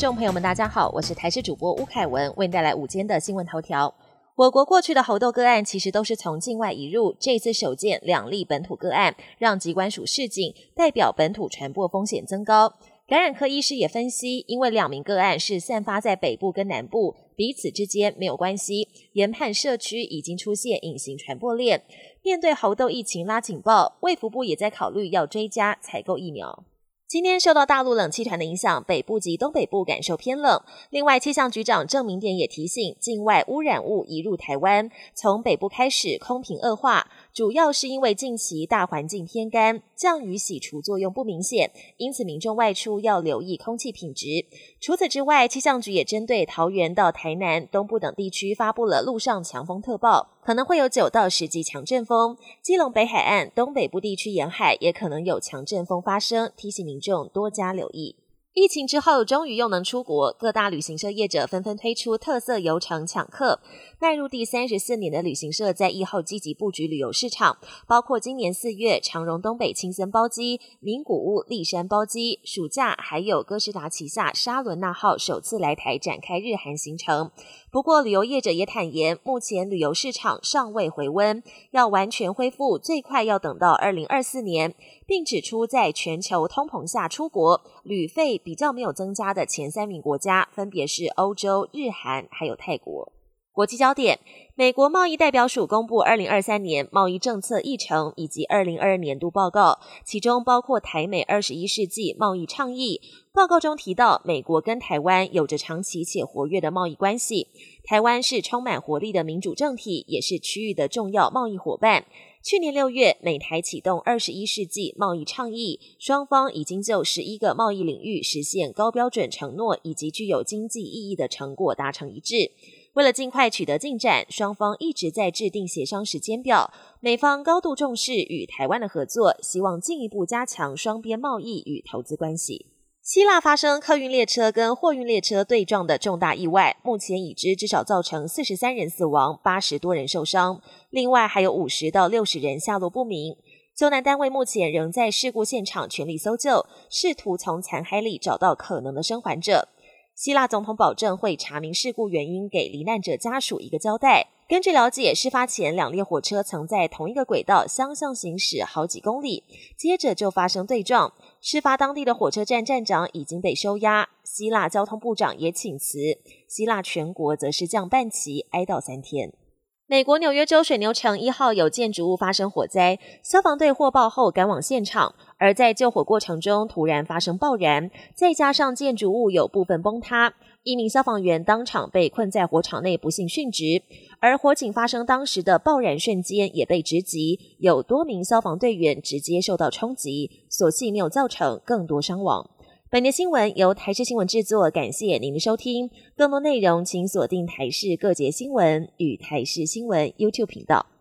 众朋友们大家好，我是台视主播吴凯文，为您带来午间的新闻头条。我国过去的猴痘个案其实都是从境外移入，这次首见2例本土个案，让疾管署示警，代表本土传播风险增高。感染科医师也分析，因为2名个案是散发在北部跟南部，彼此之间没有关系，研判社区已经出现隐形传播链。面对猴痘疫情拉警报，卫福部也在考虑要追加采购疫苗。今天受到大陆冷气团的影响，北部及东北部感受偏冷。另外，气象局长郑明典也提醒，境外污染物移入台湾，从北部开始空品恶化，主要是因为近期大环境偏干，降雨洗除作用不明显，因此民众外出要留意空气品质。除此之外，气象局也针对桃园到台南、东部等地区发布了陆上强风特报，可能会有9到10级强阵风。基隆北海岸、东北部地区沿海也可能有强阵风发生，提醒民众多加留意。疫情之后终于又能出国，各大旅行社业者纷纷推出特色游程抢客。迈入第34年的旅行社在疫后积极布局旅游市场，包括今年4月长荣东北青森包机、名古屋立山包机，暑假还有哥斯达旗下沙伦纳号首次来台展开日韩行程。不过旅游业者也坦言，目前旅游市场尚未回温，要完全恢复最快要等到2024年，并指出在全球通膨下出国，旅费比较没有增加的前3名国家分别是欧洲、日韩还有泰国。国际焦点，美国贸易代表署公布2023年贸易政策议程以及2022年度报告，其中包括台美21世纪贸易倡议。报告中提到，美国跟台湾有着长期且活跃的贸易关系，台湾是充满活力的民主政体，也是区域的重要贸易伙伴。去年6月，美台启动21世纪贸易倡议，双方已经就11个贸易领域实现高标准承诺以及具有经济意义的成果达成一致。为了尽快取得进展，双方一直在制定协商时间表。美方高度重视与台湾的合作，希望进一步加强双边贸易与投资关系。希腊发生客运列车跟货运列车对撞的重大意外，目前已知至少造成43人死亡，80多人受伤，另外还有50到60人下落不明。救难单位目前仍在事故现场全力搜救，试图从残骸里找到可能的生还者。希腊总统保证会查明事故原因，给罹难者家属一个交代。根据了解，事发前2列火车曾在同一个轨道相向行驶好几公里，接着就发生对撞。事发当地的火车站站长已经被收押，希腊交通部长也请辞，希腊全国则是降半旗哀悼3天。美国纽约州水牛城1号有建筑物发生火灾，消防队获报后赶往现场，而在救火过程中突然发生爆燃，再加上建筑物有部分崩塌，1名消防员当场被困在火场内不幸殉职，而火警发生当时的爆燃瞬间也被直击，有多名消防队员直接受到冲击，所幸没有造成更多伤亡。本节新闻由台视新闻制作，感谢您的收听。更多内容请锁定台视各节新闻与台视新闻 YouTube 频道。